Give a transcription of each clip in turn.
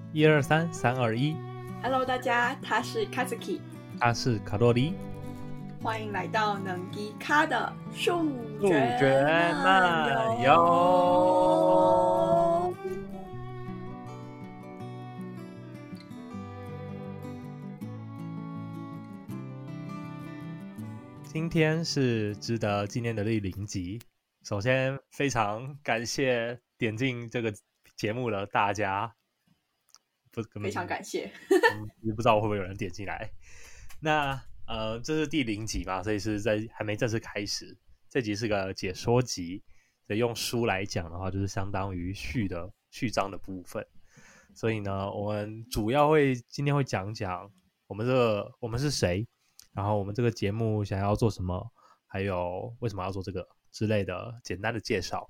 123-321。 Hello， 大家，他是 Kazuki， 他是卡洛里， 欢迎来到能吉卡的数数学漫游。今天是值得纪念的第0集。首先，非常感谢点进这个节目的大家， 非常感谢。 也不知道会不会有人点进来。那这是第0集嘛，所以是在还没正式开始。这集是个解说集，所以用书来讲的话，就是相当于序章的部分。所以呢，我们主要今天会讲我们是谁，然后我们这个节目想要做什么，还有为什么要做这个之类的简单的介绍。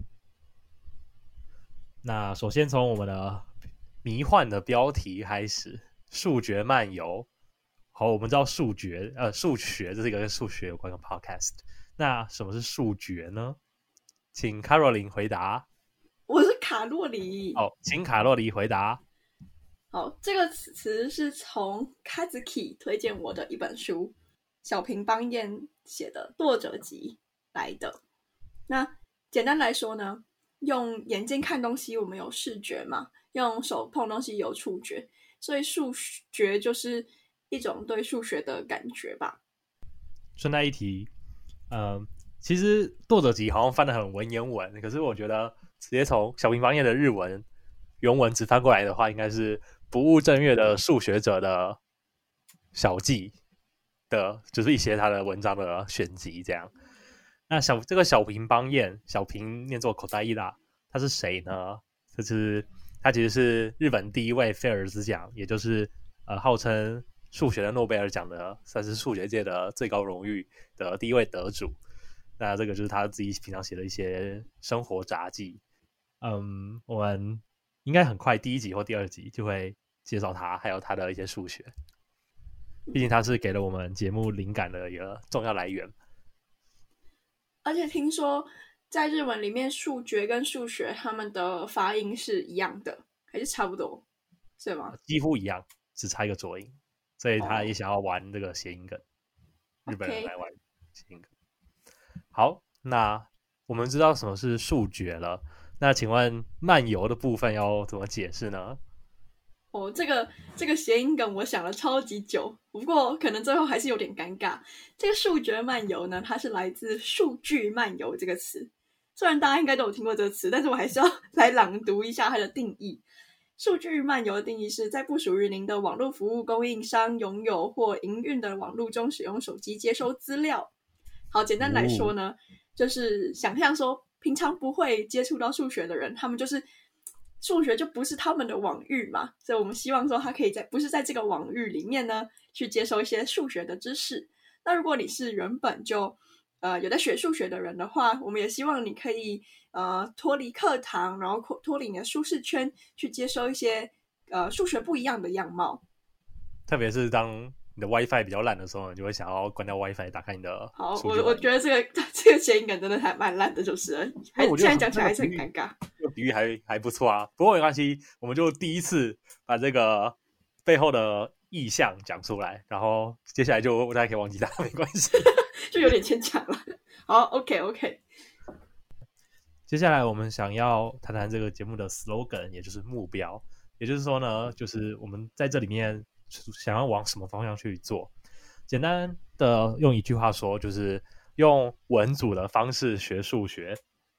那首先从我们的迷幻的标题开始，数学漫游。好，我们知道数学这是一个跟数学有关的 podcast。那什么是数学呢？请 Caroline 回答。 我是卡洛里。 好，请卡洛里回答。 好，这个词是从 Kazuki 推荐我的一本书小平邦彦写的作者集来的。那简单来说呢，用眼睛看东西我们有视觉嘛，用手碰东西有触觉，所以数学就是一种对数学的感觉吧。 顺带一提，其实作者集好像翻得很文言文，可是我觉得直接从小平邦彦的日文原文直翻过来的话，应该是不务正业的数学者的小记的，就是一些他的文章的选集这样。那这个小平邦彦，小平念作口袋一啦，他是谁呢？他其实是日本第一位菲尔兹奖，也就是号称数学的诺贝尔奖的，算是数学界的最高荣誉的第一位得主。那这个就是他自己平常写的一些生活札记。我们应该很快第1集或第2集就会介绍他，还有他的一些数学。毕竟他是给了我们节目灵感的一个重要来源。 而且听说在日文里面，数学跟数学他们的发音是一样的，还是差不多，是吗？ 几乎一样，只差一个浊音，所以他也想要玩这个谐音梗。日本人来玩谐音梗。好，那我们知道什么是数学了，那请问漫游的部分要怎么解释呢？ 这个谐音梗我想了超级久，不过可能最后还是有点尴尬。这个数学漫游呢，它是来自数据漫游这个词。虽然大家应该都有听过这个词，但是我还是要来朗读一下它的定义。数据漫游的定义是在不属于您的网络服务供应商拥有或营运的网络中使用手机接收资料。好，简单来说呢，就是想象说平常不会接触到数学的人，他们就是数学就不是他们的网域嘛，所以我们希望说他可以不是在这个网域里面呢去接收一些数学的知识。那如果你是原本就有在学数学的人的话，我们也希望你可以脱离课堂，然后脱离你的舒适圈，去接收一些数学不一样的样貌。 特别是当你的 WiFi 比较烂的时候，你就会想要关掉 WiFi， 打开你的。 好，我觉得这个谐音梗真的还蛮烂的，就是了，现在讲起来还是很尴尬。 这个比喻还不错啊，不过没关系，我们就第一次把这个背后的意象讲出来，然后接下来就大家可以忘记它，没关系。 就有点牵强了。好 ，OK。 接下来我们想要谈谈这个节目的 slogan， 也就是目标。也就是说呢，就是我们在这里面想要往什么方向去做。简单的用一句话说，就是用文组的方式学数学。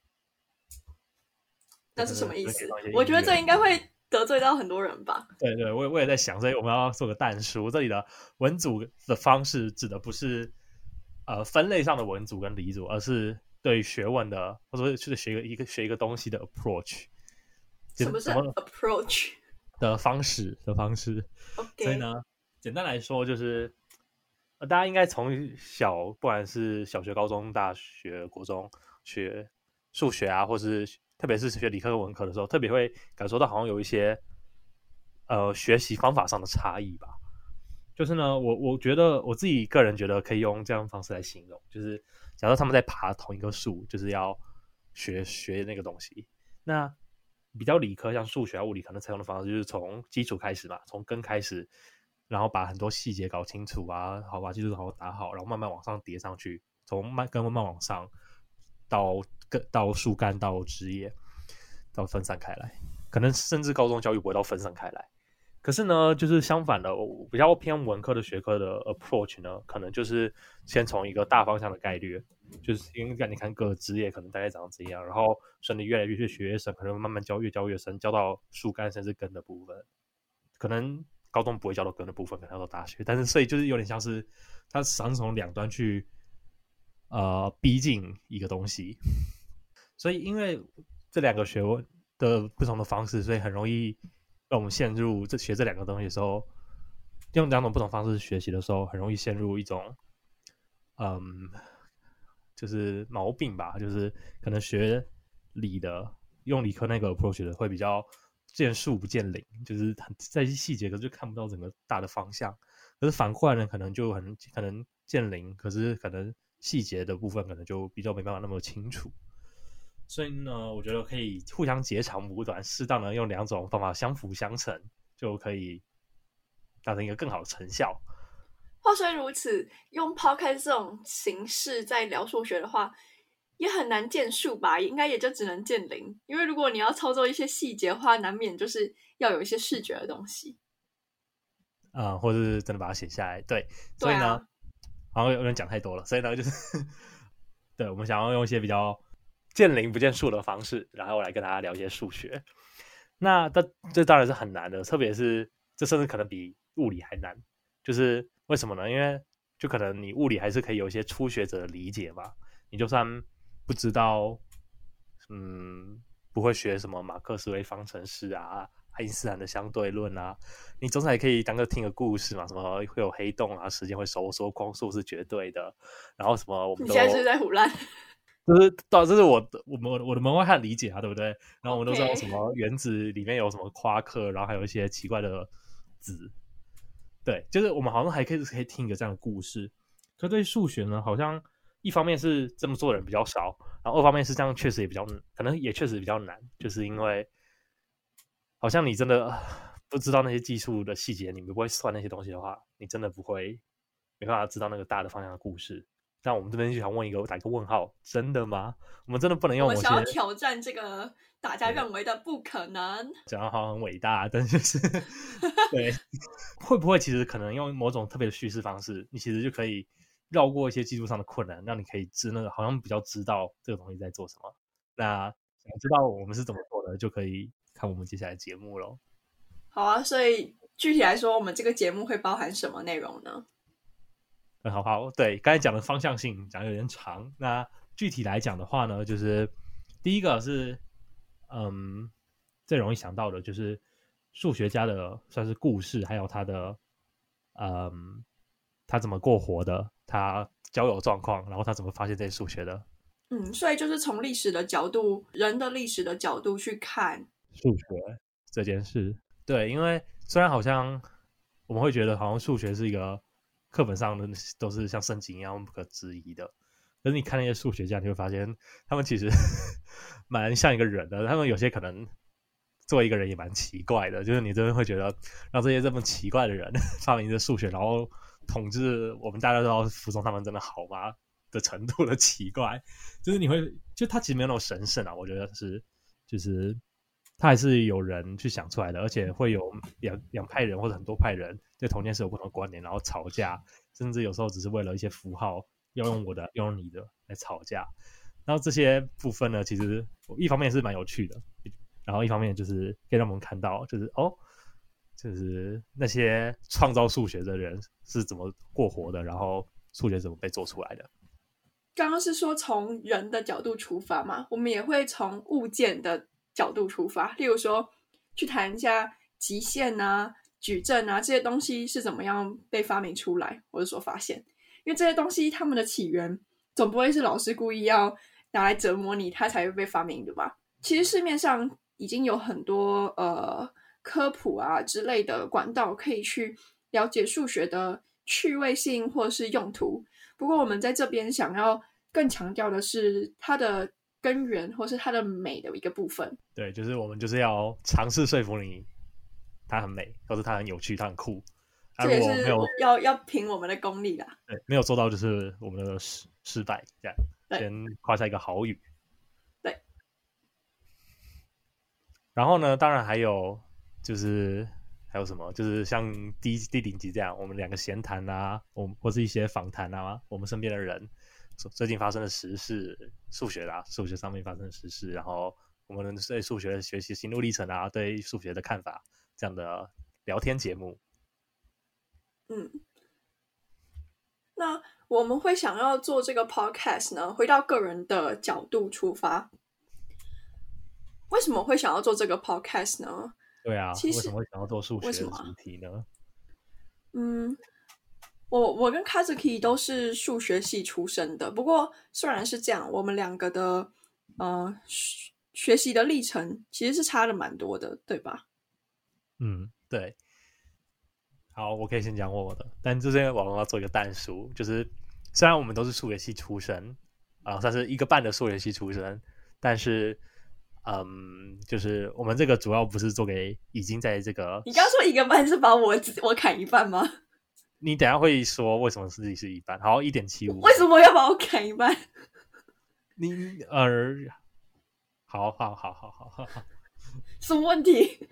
那是什么意思？我觉得这应该会得罪到很多人吧。 对，我也在想，所以我们要做个但书。这里的文组的方式指的不是分类上的文组跟理组，而是对学问的，或者去学一个东西的 approach。 什么是 approach 的方式 ？OK。 所以呢，简单来说就是大家应该从小，不管是小学、高中、大学、国中学数学啊，或是特别是学理科跟文科的时候，特别会感受到好像有一些学习方法上的差异吧。就是呢，我觉得我自己个人觉得可以用这样的方式来形容，就是假设他们在爬同一棵树，就是要学那个东西。那比较理科，像数学、物理，可能采用的方式就是从基础开始嘛，从根开始，然后把很多细节搞清楚啊，好把基础好好打好，然后慢慢往上叠上去，从根慢慢往上到树干到枝叶，到分散开来。可能甚至高中教育不会到分散开来。可是呢，就是相反的，我比较偏文科的学科的 approach 呢，可能就是先从一个大方向的概率，就是因为你看各个职业可能大概长怎样，然后顺利越来越学越深，可能慢慢越教越深，教到树干甚至根的部分，可能高中不会教到根的部分，可能要到大学，但是所以就是有点像是它实际上从两端去逼近一个东西，所以因为这两个学问的不同的方式，所以很容易让我们陷入学这两个东西的时候，用两种不同方式学习的时候，很容易陷入一种就是毛病吧，就是可能学理的用理科那个 approach 的会比较见树不见林，就是在细节可是就看不到整个大的方向，可是反过来呢，可能就可能见林，可是可能细节的部分可能就比较没办法那么清楚。所以呢，我觉得可以互相截长补短，适当的用两种方法相辅相成，就可以达成一个更好的成效。 话虽如此，用 podcast 这种形式在聊数学的话，也很难见数吧？应该也就只能见零，因为如果你要操作一些细节的话，难免就是要有一些视觉的东西。 或者是真的把它写下来。对，所以呢，好像有点讲太多了，所以呢，就是对我们想要用一些比较见零不见数的方式，然后来跟大家聊一些数学。那这当然是很难的，特别是这甚至可能比物理还难。就是为什么呢？因为就可能你物理还是可以有一些初学者的理解嘛，你就算不知道，不会学什么马克思韦方程式啊、爱因斯坦的相对论啊，你总是还可以听个故事嘛，什么会有黑洞啊，时间会收缩，光速是绝对的，然后什么我们你现在是在胡乱？ 这是我的门外汉理解啊，对不对？然后我们都知道什么原子里面有什么夸克，然后还有一些奇怪的子，对，就是我们好像还可以听一个这样的故事。可对数学呢，好像一方面是这么做的人比较少，然后二方面是这样确实也比较可能也确实比较难，就是因为好像你真的不知道那些技术的细节，你不会算那些东西的话，你真的没办法知道那个大的方向的故事。那我们这边就想打一个问号，真的吗？我们真的不能用我们想要挑战这个大家认为的不可能， 讲到好像很伟大，但是对，会不会其实可能用某种特别的叙事方式，你其实就可以绕过一些技术上的困难，让你可以好像比较知道这个东西在做什么。那想知道我们是怎么做的，就可以看我们接下来的节目咯。 好啊，所以具体来说，我们这个节目会包含什么内容呢？ 好，对，刚才讲的方向性讲有点长，那具体来讲的话呢，就是第一个是最容易想到的就是数学家的算是故事，还有他的他怎么过活的，他交友状况，然后他怎么发现这些数学的。 所以就是从历史的角度，人的历史的角度去看数学这件事。对，因为虽然好像我们会觉得好像数学是一个课本上的都是像圣经一样不可质疑的，可是你看那些数学家，你会发现他们其实蛮像一个人的，他们有些可能作为一个人也蛮奇怪的，就是你真的会觉得让这些这么奇怪的人发明的数学，然后统治我们大家都要服从他们，真的好吗的程度的奇怪，就是你会就他其实没有那种神圣啊，我觉得是就是他还是有人去想出来的，而且会有两派人或者很多派人对同件事有不同的观点，然后吵架，甚至有时候只是为了一些符号，要用我的，要用你的来吵架。然后这些部分呢，其实一方面是蛮有趣的，然后一方面就是可以让我们看到，就是那些创造数学的人是怎么过活的，然后数学怎么被做出来的。 刚刚是说从人的角度出发嘛，我们也会从物件的角度出发，例如说去谈一下极限啊、矩阵啊这些东西是怎么样被发明出来，或者说发现，因为这些东西它们的起源总不会是老师故意要拿来折磨你，它才会被发明的吧？其实市面上已经有很多科普啊之类的管道可以去了解数学的趣味性或是用途。不过我们在这边想要更强调的是它的根源或是它的美的一个部分。 对，就是我们就是要尝试说服你它很美，或者它很有趣，它很酷。 这也是要凭我们的功力啦。 对，没有做到就是我们的失败，这样先夸下一个好语。 对。 然后呢，当然还有什么，就是像第0集这样，我们2个闲谈啊，或是一些访谈啊，我们身边的人最近发生的时事，数学上面发生的时事，然后我们对数学的学习心路历程啊，对数学的看法，这样的聊天节目。 那我们会想要做这个 podcast 呢，回到个人的角度出发，为什么会想要做这个 podcast 呢？ 对啊，为什么会想要做数学的主题呢？ 我跟 Kazuki 都是数学系出身的，不过虽然是这样，我们2个的学习的历程其实是差的蛮多的，对吧？ 对。好，我可以先讲我的，但这边我要做一个但书，就是虽然我们都是数学系出身算是1个半的数学系出身，但是就是我们这个主要不是做给已经在这个， 你刚说1个半是把我砍一半吗？ 你等一下会说为什么自己是1半？好，1.75， 为什么要把我砍一半？ 你好， 什么问题？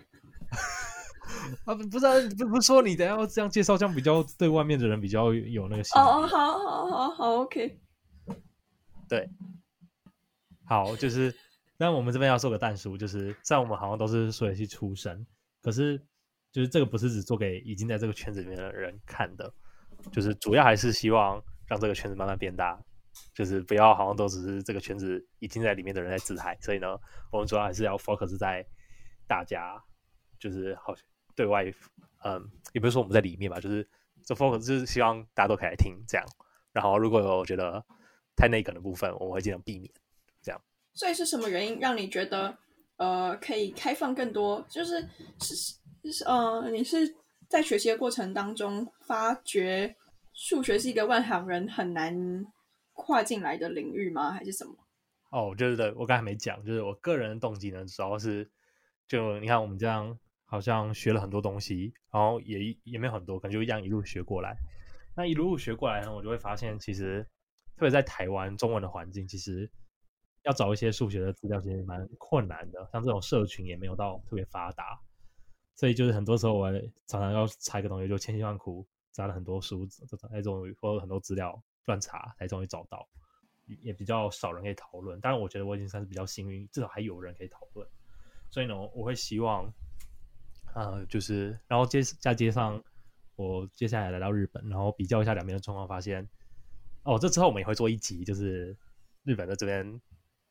不是不是说你等一下要这样介绍，这样比较对外面的人比较有那个心理。 好 OK。 对，好，就是但我们这边要做个但书，就是虽然我们好像都是数学系出身，可是就是这个不是只做给已经在这个圈子里面的人看的，就是主要还是希望让这个圈子慢慢变大，就是不要好像都只是这个圈子已经在里面的人在自嗨，所以呢，我们主要还是要 focus 在大家，就是好对外，也不是说我们在里面吧，就是这 focus 就是希望大家都可以来听这样，然后如果有觉得太内梗的部分，我们会尽量避免这样。 所以是什么原因让你觉得可以开放更多？就是你是在学习的过程当中发觉数学是一个外行人很难跨进来的领域吗？还是什么？ 对，我刚才没讲，就是我个人的动机呢，主要是就你看我们这样好像学了很多东西，然后也没有很多，可能就这样一路学过来。那一路学过来呢，我就会发现其实特别在台湾中文的环境，其实要找一些数学的资料其实蛮困难的，像这种社群也没有到特别发达，所以就是很多时候我常常要查一个东西，就千辛万苦查了很多书，那种或很多资料乱查才终于找到，也比较少人可以讨论。当然我觉得我已经算是比较幸运，至少还有人可以讨论，所以呢我会希望就是然后再接上我接下来来到日本，然后比较一下两边的状况，发现这之后我们也会做一集，就是日本的这边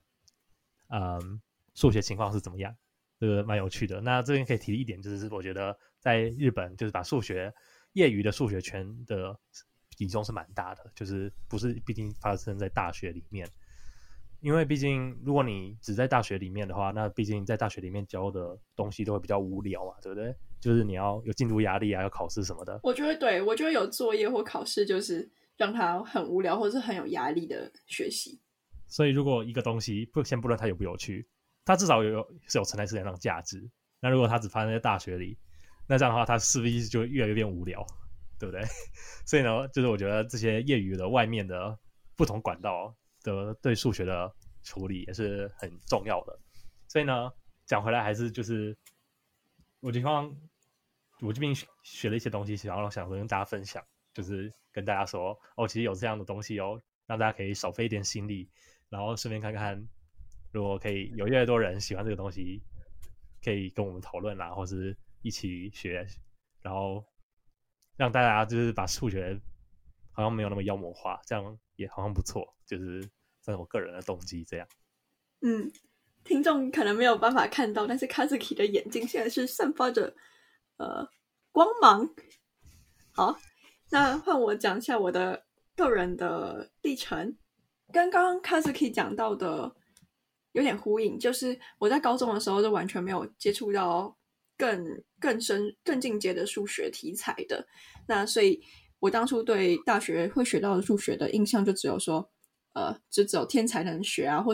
数学情况是怎么样，这个蛮有趣的。那这边可以提一点，就是我觉得在日本就是把业余的数学圈的比重是蛮大的，就是不是毕竟发生在大学里面，因为毕竟如果你只在大学里面的话，那毕竟在大学里面教的东西都会比较无聊嘛，对不对？就是你要有进度压力啊，要考试什么的。 我觉得有作业或考试就是让他很无聊或是很有压力的学习。 所以如果一个东西先不论它有不有趣，它至少是有存在市场上的价值。那如果它只发生在大学里，那这样的话它势必就越来越变无聊，对不对？所以呢，就是我觉得这些业余的外面的不同管道的对数学的处理也是很重要的。所以呢，讲回来还是就是我这边学了一些东西，然后想跟大家分享，就是跟大家说其实有这样的东西让大家可以少费一点心力，然后顺便看看如果可以有越来越多人喜欢这个东西，可以跟我们讨论啦，或是一起学，然后让大家就是把数学好像没有那么妖魔化，这样也好像不错，就是这是我个人的动机这样。 听众可能没有办法看到，但是 Kazuki 的眼睛现在是散发着光芒。好，那换我讲一下我的个人的历程。刚刚 Kazuki 讲到的有点呼应，就是我在高中的时候就完全没有接触到更深更进阶的数学题材的，那所以我当初对大学会学到的数学的印象就只有说就只有天才能学啊，或是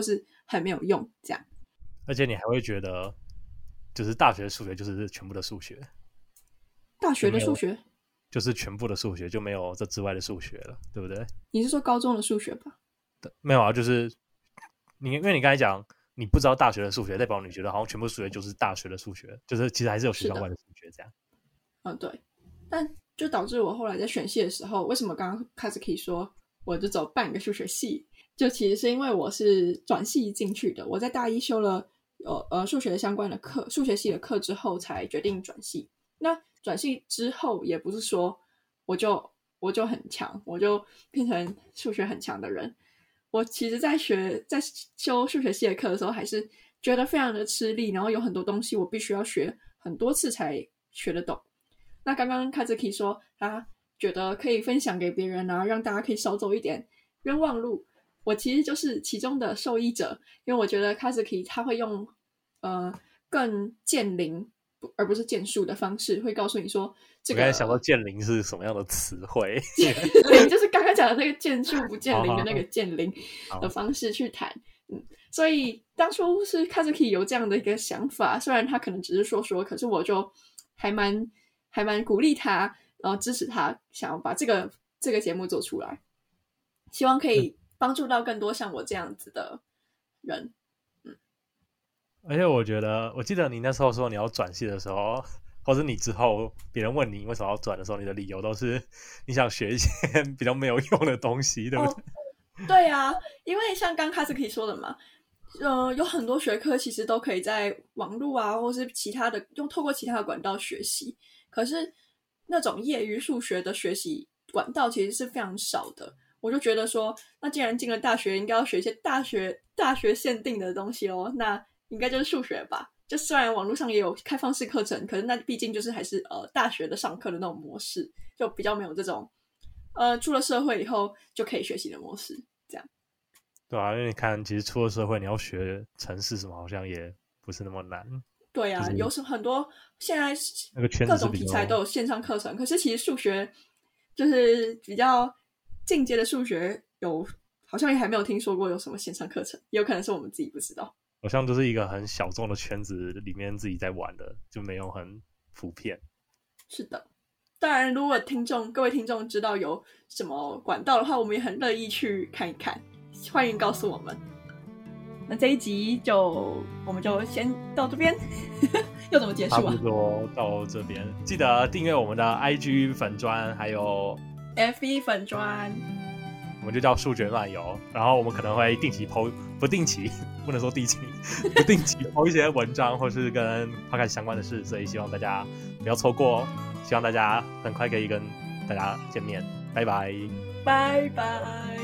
很没有用这样。 而且你还会觉得就是大学数学就是全部的数学， 大学的数学就是全部的数学，就没有这之外的数学了，对不对？ 你是说高中的数学吧？ 没有啊，就是因为你刚才讲你不知道大学的数学，代表你觉得好像全部数学就是大学的数学，就是其实还是有学校外的数学这样。 对，但就导致我后来在选系的时候，为什么刚刚 Kazuki 说我就走半个数学系，就其实是因为我是转系进去的，我在大一修了数学相关的课，数学系的课之后才决定转系。那转系之后也不是说我就很强，我就变成数学很强的人。我其实在修数学系的课的时候，还是觉得非常的吃力，然后有很多东西我必须要学很多次才学得懂。那刚刚 Kazuki 说他觉得可以分享给别人啊，让大家可以少走一点冤枉路，我其实就是其中的受益者，因为我觉得 Kazuki 他会用更见灵而不是见数的方式，会告诉你说这个。 我刚才想到见灵是什么样的词汇？ 见灵就是刚刚讲的那个见数不见灵的那个见灵的方式去谈。所以当初是 Kazuki 有这样的一个想法，虽然他可能只是说，可是我就还蛮鼓励他，然后支持他，想要把这个节目做出来，希望可以帮助到更多像我这样子的人。 而且我记得你那时候说你要转系的时候，或者你之后别人问你为什么要转的时候，你的理由都是你想学一些比较没有用的东西，对不对？ 对啊，因为像刚 Kazuki 说的嘛，有很多学科其实都可以在网络啊，或是其他的透过其他的管道学习，可是那种业余数学的学习管道其实是非常少的。我就觉得说，那既然进了大学，应该要学一些大学限定的东西咯，那应该就是数学吧。就虽然网络上也有开放式课程，可是那毕竟就是还是大学的上课的那种模式，就比较没有这种出了社会以后就可以学习的模式，这样。 对啊，因为你看，其实出了社会，你要学程式什么，好像也不是那么难。 对啊，有很多现在那个圈子各种题材都有线上课程，可是其实数学就是比较进阶的数学好像也还没有听说过有什么线上课程，也有可能是我们自己不知道。 好像就是一个很小众的圈子里面自己在玩的，就没有很普遍。 是的，当然如果各位听众知道有什么管道的话，我们也很乐意去看一看，欢迎告诉我们。那这一集我们就先到这边又怎么结束啊？ 差不多到这边，记得订阅我们的 IG 粉专还有 FB 粉专， 我们就叫数学漫游，然后我们可能会不定期不能说定期不定期抛一些文章或是跟 podcast 相关的事，所以希望大家不要错过哦，希望大家很快可以跟大家见面，拜拜拜拜。